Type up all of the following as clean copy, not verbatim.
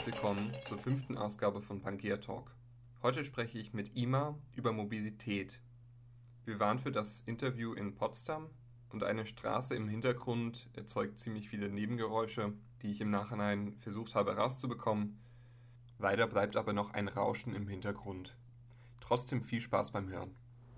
willkommen zur 5. Ausgabe von Pangea Talk. Heute spreche ich mit Ima über Mobilität. Wir waren für das Interview in Potsdam und eine Straße im Hintergrund erzeugt ziemlich viele Nebengeräusche, die ich im Nachhinein versucht habe herauszubekommen. Weiter bleibt aber noch ein Rauschen im Hintergrund. Trotzdem viel Spaß beim Hören.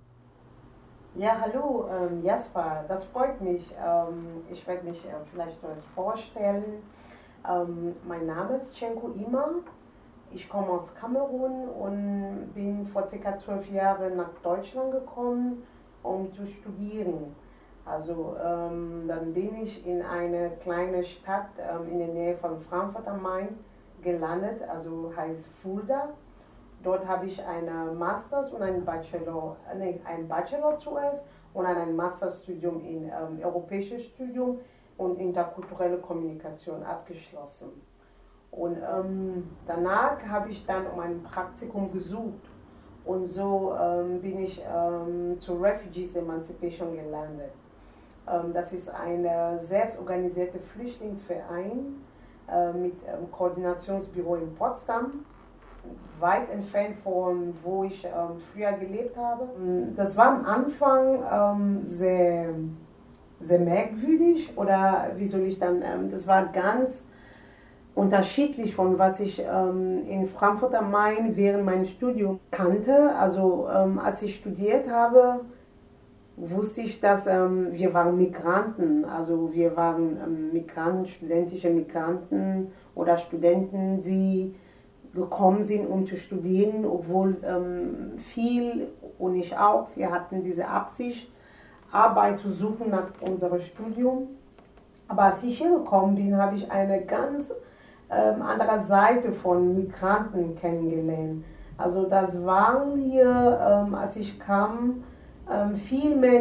Ja, hallo Jasper, das freut mich. Ich werde mich vielleicht etwas vorstellen. Mein Name ist Chenko Ima. Ich komme aus Kamerun und bin vor ca. 12 Jahren nach Deutschland gekommen, um zu studieren. Also dann bin ich in eine kleine Stadt in der Nähe von Frankfurt am Main gelandet, also heißt Fulda. Dort habe ich einen Masters und einen Bachelor zuerst und ein Masterstudium in europäisches Studium und interkulturelle Kommunikation abgeschlossen. Und danach habe ich dann um ein Praktikum gesucht und so bin ich zur Refugees Emancipation gelandet. Das ist ein selbstorganisierter Flüchtlingsverein mit Koordinationsbüro in Potsdam, weit entfernt von wo ich früher gelebt habe. Das war am Anfang sehr merkwürdig, oder wie soll ich dann, das war ganz unterschiedlich von was ich in Frankfurt am Main während meines Studiums kannte. Also als ich studiert habe, wusste ich, dass wir waren Migranten, also wir waren Migranten, studentische Migranten oder Studenten, die gekommen sind, um zu studieren, obwohl viel und ich auch, wir hatten diese Absicht, Arbeit zu suchen nach unserem Studium. Aber als ich hier gekommen bin, habe ich eine ganz andere Seite von Migranten kennengelernt. Also das waren hier, als ich kam, vielmehr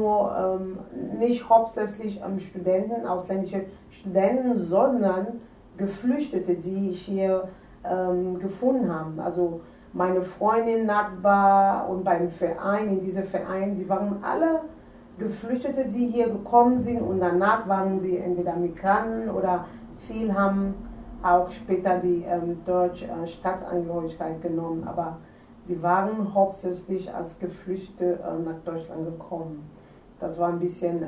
nicht hauptsächlich Studenten, ausländische Studenten, sondern Geflüchtete, die ich hier gefunden haben. Also meine Freundin, Nachbar und beim Verein, in diesem Verein, sie waren alle Geflüchtete, die hier gekommen sind und danach waren sie entweder Migranten oder viele haben auch später die deutsche Staatsangehörigkeit genommen, aber sie waren hauptsächlich als Geflüchtete nach Deutschland gekommen. Das war ein bisschen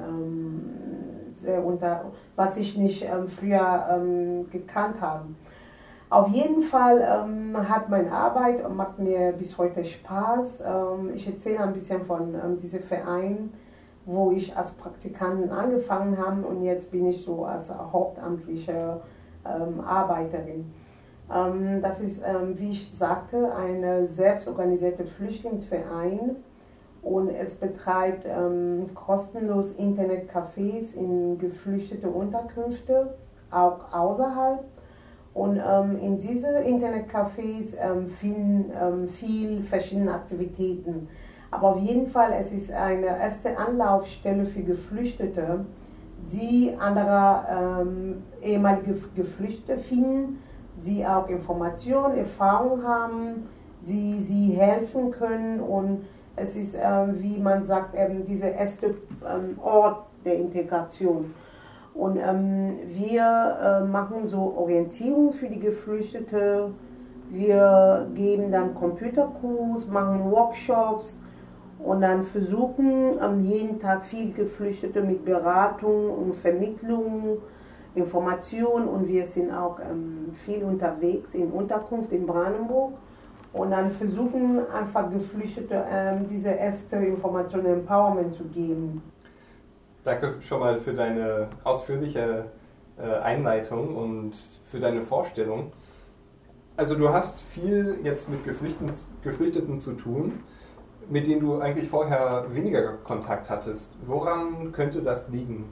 was ich nicht früher gekannt habe. Auf jeden Fall hat meine Arbeit und macht mir bis heute Spaß. Ich erzähle ein bisschen von diesem Verein, wo ich als Praktikantin angefangen habe und jetzt bin ich so als hauptamtliche Arbeiterin. Das ist, wie ich sagte, ein selbstorganisierter Flüchtlingsverein und es betreibt kostenlos Internetcafés in geflüchtete Unterkünfte, auch außerhalb. Und in diese Internetcafés finden viele verschiedene Aktivitäten. Aber auf jeden Fall, es ist eine erste Anlaufstelle für Geflüchtete, die andere ehemalige Geflüchtete finden, die auch Informationen, Erfahrung haben, die sie helfen können. Und es ist, wie man sagt, dieser erste Ort der Integration. Und wir machen so Orientierung für die Geflüchtete, wir geben dann Computerkurs, machen Workshops und dann versuchen jeden Tag viel Geflüchtete mit Beratung und Vermittlung, Information, und wir sind auch viel unterwegs in Unterkunft in Brandenburg und dann versuchen einfach Geflüchtete diese erste Information Empowerment zu geben. Danke schon mal für deine ausführliche Einleitung und für deine Vorstellung. Also du hast viel jetzt mit Geflüchteten zu tun, mit denen du eigentlich vorher weniger Kontakt hattest. Woran könnte das liegen?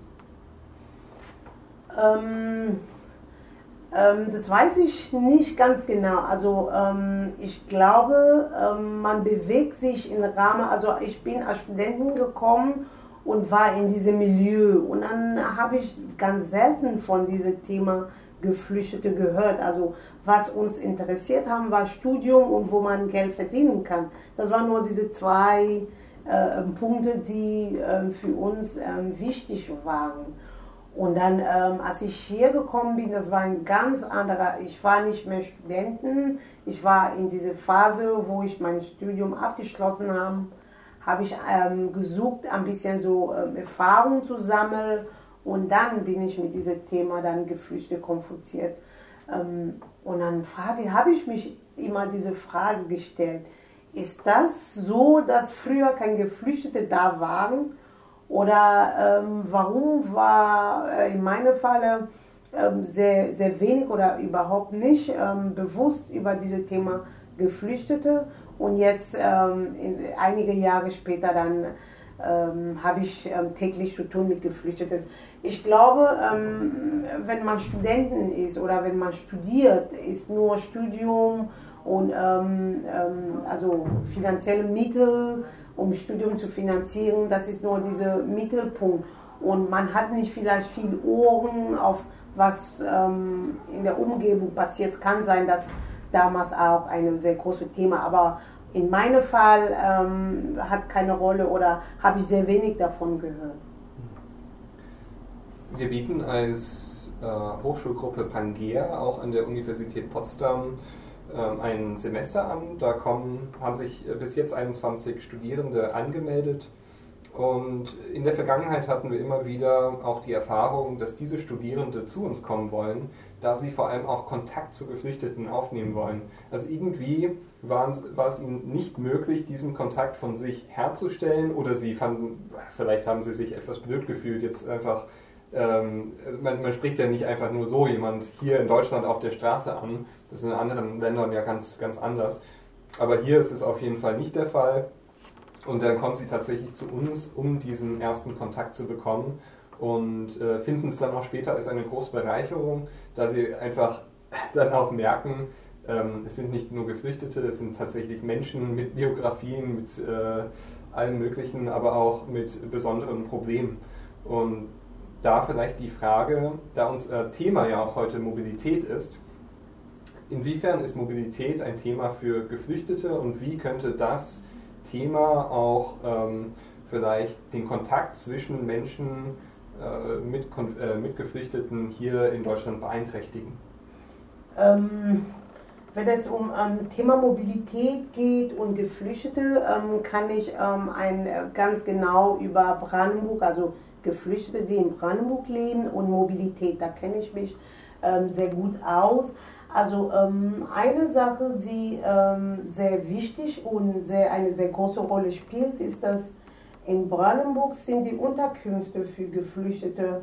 Das weiß ich nicht ganz genau. Also ich glaube, man bewegt sich im Rahmen, also ich bin als Studentin gekommen und war in diesem Milieu. Und dann habe ich ganz selten von diesem Thema Geflüchtete gehört. Also was uns interessiert haben, war Studium und wo man Geld verdienen kann. Das waren nur diese zwei Punkte, die für uns wichtig waren. Und dann, als ich hier gekommen bin, das war ein ganz anderer, ich war nicht mehr Studentin, ich war in dieser Phase, wo ich mein Studium abgeschlossen habe ich gesucht, ein bisschen so Erfahrung zu sammeln, und dann bin ich mit diesem Thema dann Geflüchtete konfrontiert. Und dann habe ich mich immer diese Frage gestellt, ist das so, dass früher keine Geflüchtete da waren? Oder warum war in meinem Fall sehr, sehr wenig oder überhaupt nicht bewusst über dieses Thema Geflüchtete? Und jetzt, einige Jahre später, dann habe ich täglich zu tun mit Geflüchteten. Ich glaube, wenn man Studentin ist oder wenn man studiert, ist nur Studium und also finanzielle Mittel, um Studium zu finanzieren, das ist nur dieser Mittelpunkt. Und man hat nicht vielleicht viel Ohren auf was in der Umgebung passiert. Kann sein, dass damals auch ein sehr großes Thema, aber in meinem Fall hat keine Rolle oder habe ich sehr wenig davon gehört. Wir bieten als Hochschulgruppe Pangea auch an der Universität Potsdam ein Semester an. Da haben sich bis jetzt 21 Studierende angemeldet. Und in der Vergangenheit hatten wir immer wieder auch die Erfahrung, dass diese Studierende zu uns kommen wollen, da sie vor allem auch Kontakt zu Geflüchteten aufnehmen wollen. Also irgendwie war es ihnen nicht möglich, diesen Kontakt von sich herzustellen, oder sie fanden, vielleicht haben sie sich etwas blöd gefühlt, jetzt einfach, man spricht ja nicht einfach nur so jemand hier in Deutschland auf der Straße an, das ist in anderen Ländern ja ganz, ganz anders. Aber hier ist es auf jeden Fall nicht der Fall. Und dann kommen sie tatsächlich zu uns, um diesen ersten Kontakt zu bekommen, und finden es dann auch später als eine große Bereicherung, da sie einfach dann auch merken, es sind nicht nur Geflüchtete, es sind tatsächlich Menschen mit Biografien, mit allem Möglichen, aber auch mit besonderen Problemen. Und da vielleicht die Frage, da unser Thema ja auch heute Mobilität ist, inwiefern ist Mobilität ein Thema für Geflüchtete und wie könnte das Thema auch vielleicht den Kontakt zwischen Menschen mit Geflüchteten hier in Deutschland beeinträchtigen? Wenn es um Thema Mobilität geht und Geflüchtete, kann ich ganz genau über Brandenburg, also Geflüchtete, die in Brandenburg leben, und Mobilität, da kenne ich mich sehr gut aus. Also eine Sache, die sehr wichtig und eine sehr große Rolle spielt, ist, dass in Brandenburg sind die Unterkünfte für Geflüchtete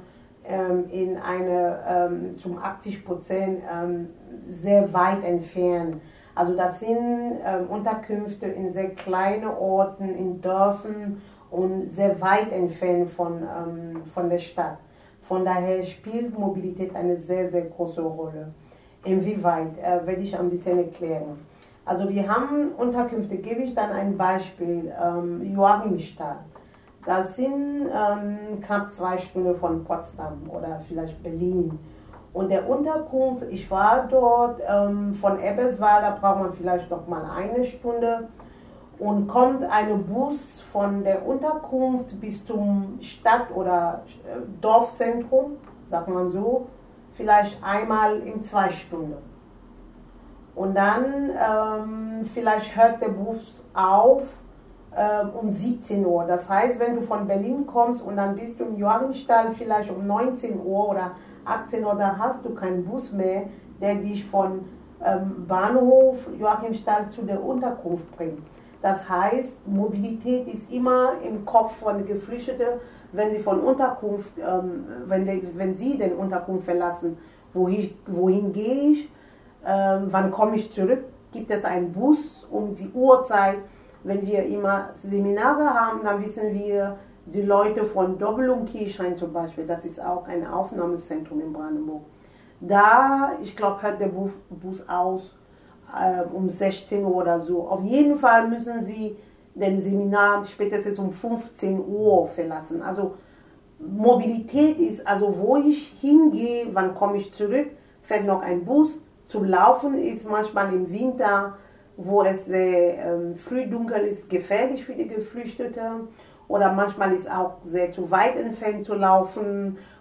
zum 80% sehr weit entfernt. Also das sind Unterkünfte in sehr kleinen Orten, in Dörfern und sehr weit entfernt von der Stadt. Von daher spielt Mobilität eine sehr, sehr große Rolle. Inwieweit, werde ich ein bisschen erklären. Also wir haben Unterkünfte, gebe ich dann ein Beispiel, Joachimstadt. Das sind knapp 2 Stunden von Potsdam oder vielleicht Berlin. Und der Unterkunft, ich war dort von Eberswalde, da braucht man vielleicht noch mal 1 Stunde. Und kommt ein Bus von der Unterkunft bis zum Stadt- oder Dorfzentrum, sagt man so, vielleicht einmal in 2 Stunden. Und dann vielleicht hört der Bus auf um 17 Uhr. Das heißt, wenn du von Berlin kommst und dann bist du in Joachimstadt vielleicht um 19 Uhr oder 18 Uhr, da hast du keinen Bus mehr, der dich von Bahnhof Joachimstadt zu der Unterkunft bringt. Das heißt, Mobilität ist immer im Kopf von den Geflüchteten, wenn sie von Unterkunft, wenn sie den Unterkunft verlassen. Wohin gehe ich? Wann komme ich zurück? Gibt es einen Bus um die Uhrzeit? Wenn wir immer Seminare haben, dann wissen wir, die Leute von Doppel- und Kirchhain zum Beispiel, das ist auch ein Aufnahmezentrum in Brandenburg. Da, ich glaube, hört der Bus aus um 16 Uhr oder so. Auf jeden Fall müssen sie den Seminar spätestens um 15 Uhr verlassen. Also Mobilität ist, also wo ich hingehe, wann komme ich zurück, fährt noch ein Bus. Zu laufen ist manchmal im Winter, wo es sehr früh dunkel ist, gefährlich für die Geflüchteten. Oder manchmal ist auch sehr zu weit entfernt zu laufen.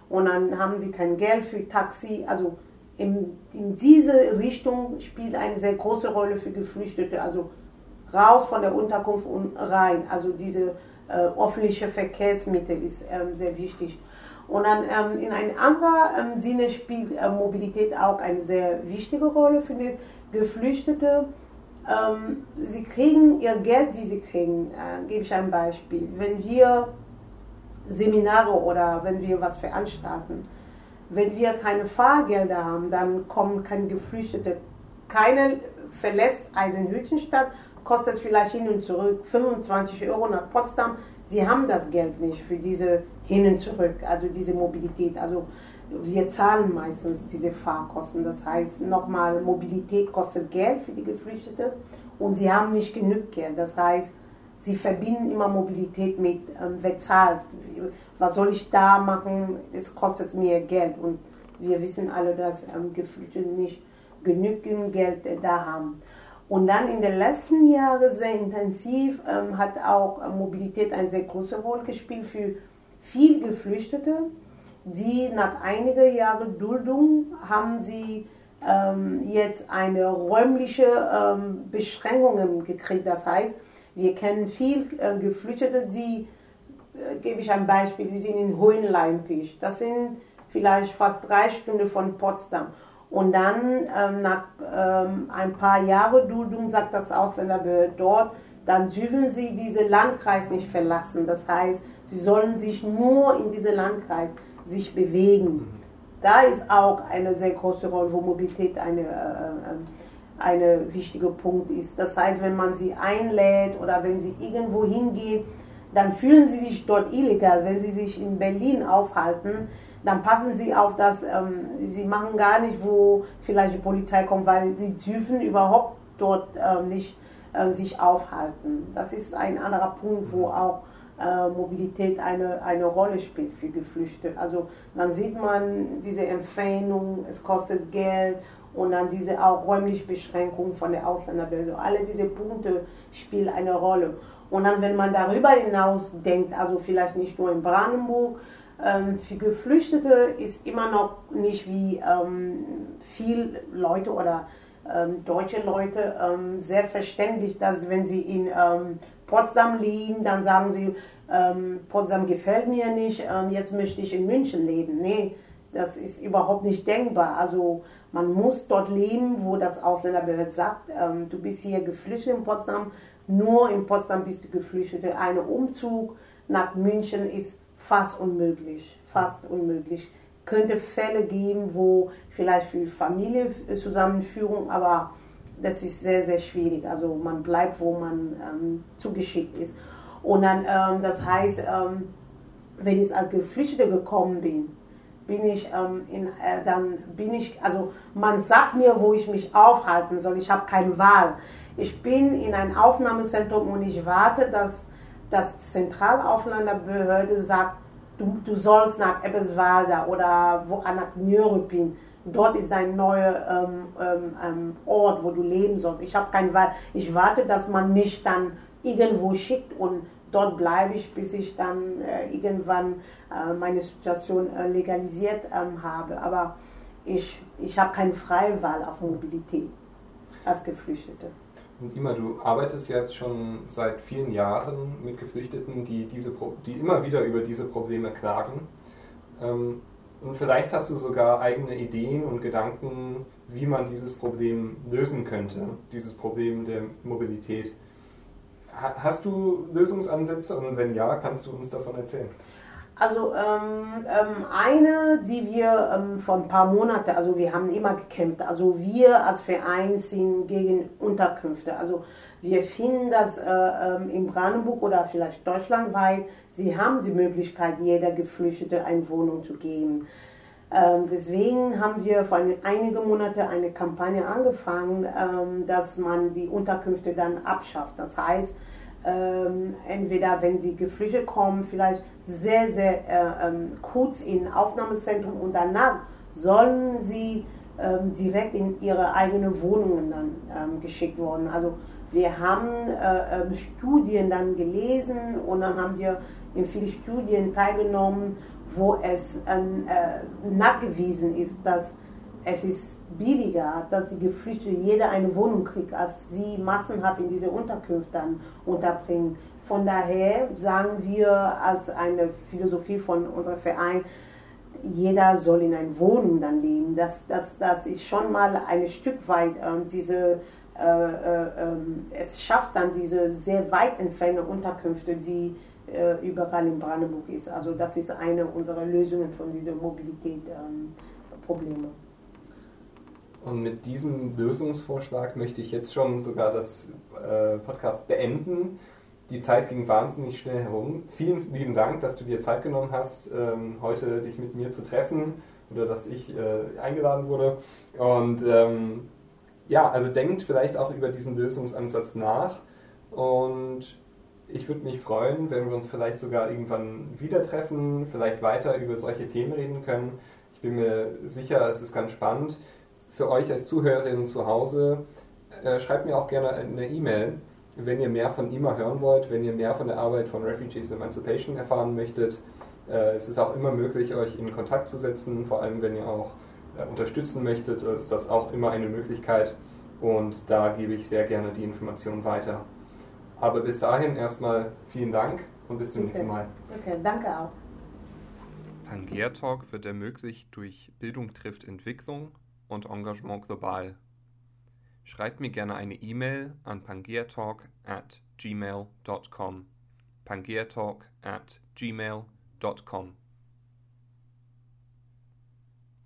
und dann haben sie kein Geld für Taxi. Also in diese Richtung spielt eine sehr große Rolle für Geflüchtete, also raus von der Unterkunft und rein. Also diese öffentliche Verkehrsmittel ist sehr wichtig. Und dann in einem anderen Sinne spielt Mobilität auch eine sehr wichtige Rolle für die Geflüchtete. Sie kriegen ihr Geld, die sie kriegen. Gebe ich ein Beispiel. Wenn wir Seminare oder wenn wir was veranstalten, wenn wir keine Fahrgelder haben, dann kommen keine Geflüchtete. Keine verlässt Eisenhüttenstadt, kostet vielleicht hin und zurück 25 Euro nach Potsdam. Sie haben das Geld nicht für diese hin und zurück, also diese Mobilität. Also wir zahlen meistens diese Fahrkosten. Das heißt, nochmal, Mobilität kostet Geld für die Geflüchteten und sie haben nicht genug Geld. Das heißt, sie verbinden immer Mobilität mit wer zahlt. Was soll ich da machen? Es kostet mir Geld. Und wir wissen alle, dass Geflüchtete nicht genügend Geld da haben. Und dann in den letzten Jahren sehr intensiv hat auch Mobilität eine sehr große Rolle gespielt für viele Geflüchtete, die nach einigen Jahren Duldung haben sie jetzt eine räumliche Beschränkungen gekriegt. Das heißt, wir kennen viele Geflüchtete, die, gebe ich ein Beispiel, die sind in Hohenleimpisch. Das sind vielleicht fast 3 Stunden von Potsdam. Und dann nach ein paar Jahren Duldung sagt das Ausländerbehörde dort, dann dürfen sie diesen Landkreis nicht verlassen. Das heißt, sie sollen sich nur in diesem Landkreis sich bewegen. Da ist auch eine sehr große Rolle, wo Mobilität eine wichtige Punkt ist. Das heißt, wenn man sie einlädt oder wenn sie irgendwo hingehen, dann fühlen sie sich dort illegal. Wenn sie sich in Berlin aufhalten, dann passen sie auf das, sie machen gar nicht, wo vielleicht die Polizei kommt, weil sie dürfen überhaupt dort nicht sich aufhalten. Das ist ein anderer Punkt, wo auch Mobilität eine Rolle spielt für Geflüchtete. Also dann sieht man diese Entfernung, es kostet Geld und dann diese auch räumliche Beschränkung von der Ausländerbehörde. Alle diese Punkte spielen eine Rolle. Und dann, wenn man darüber hinaus denkt, also vielleicht nicht nur in Brandenburg, für Geflüchtete ist immer noch nicht wie viele Leute oder deutsche Leute sehr verständlich, dass wenn sie in Potsdam leben, dann sagen sie, Potsdam gefällt mir nicht, jetzt möchte ich in München leben. Nee, das ist überhaupt nicht denkbar. Also man muss dort leben, wo das Ausländerbehörde sagt, du bist hier geflüchtet in Potsdam, nur in Potsdam bist du Geflüchtete. Ein Umzug nach München ist fast unmöglich. Könnte Fälle geben, wo vielleicht für Familienzusammenführung, aber das ist sehr, sehr schwierig. Also man bleibt, wo man zugeschickt ist. Und dann, das heißt, wenn ich als Geflüchtete gekommen also man sagt mir, wo ich mich aufhalten soll. Ich habe keine Wahl. Ich bin in ein Aufnahmezentrum und ich warte, dass das Zentralaufnahmebehörde sagt, du sollst nach Eberswalde oder nach Nürnberg. Dort ist dein neuer Ort, wo du leben sollst. Ich habe keine Wahl. Ich warte, dass man mich dann irgendwo schickt und dort bleibe ich, bis ich dann irgendwann meine Situation legalisiert habe. Aber ich habe keine freie Wahl auf Mobilität als Geflüchtete. Und Ima, du arbeitest jetzt schon seit vielen Jahren mit Geflüchteten, die immer wieder über diese Probleme klagen. Und vielleicht hast du sogar eigene Ideen und Gedanken, wie man dieses Problem lösen könnte, dieses Problem der Mobilität. Hast du Lösungsansätze und wenn ja, kannst du uns davon erzählen? Also eine, die wir vor ein paar Monaten, also wir haben immer gekämpft, also wir als Verein sind gegen Unterkünfte. Also wir finden, dass in Brandenburg oder vielleicht deutschlandweit, sie haben die Möglichkeit, jeder Geflüchtete eine Wohnung zu geben. Deswegen haben wir vor einigen Monaten eine Kampagne angefangen, dass man die Unterkünfte dann abschafft. Das heißt, entweder wenn die Geflüchteten kommen, vielleicht sehr, sehr kurz in Aufnahmezentrum und danach sollen sie direkt in ihre eigenen Wohnungen dann geschickt worden. Also wir haben Studien dann gelesen und dann haben wir in vielen Studien teilgenommen, wo es nachgewiesen ist, dass es ist billiger, dass die Geflüchtete jeder eine Wohnung kriegt, als sie massenhaft in diese Unterkünfte dann unterbringen. Von daher sagen wir als eine Philosophie von unserem Verein, jeder soll in einer Wohnung dann leben. Das ist schon mal ein Stück weit es schafft dann diese sehr weit entfernte Unterkünfte, die überall in Brandenburg ist. Also das ist eine unserer Lösungen von diesen Mobilität-Probleme. Und mit diesem Lösungsvorschlag möchte ich jetzt schon sogar das Podcast beenden. Die Zeit ging wahnsinnig schnell herum. Vielen lieben Dank, dass du dir Zeit genommen hast, heute dich mit mir zu treffen oder dass ich eingeladen wurde. Und also denkt vielleicht auch über diesen Lösungsansatz nach. Und ich würde mich freuen, wenn wir uns vielleicht sogar irgendwann wieder treffen, vielleicht weiter über solche Themen reden können. Ich bin mir sicher, es ist ganz spannend. Für euch als Zuhörerinnen zu Hause, schreibt mir auch gerne eine E-Mail, wenn ihr mehr von Ima hören wollt, wenn ihr mehr von der Arbeit von Refugees Emancipation erfahren möchtet. Es ist auch immer möglich, euch in Kontakt zu setzen, vor allem wenn ihr auch unterstützen möchtet, ist das auch immer eine Möglichkeit und da gebe ich sehr gerne die Informationen weiter. Aber bis dahin erstmal vielen Dank und bis zum nächsten Mal. Okay, danke auch. Pangea Talk wird ermöglicht durch Bildung trifft Entwicklung und Engagement global. Schreibt mir gerne eine E-Mail an pangeatalk@gmail.com. pangeatalk@gmail.com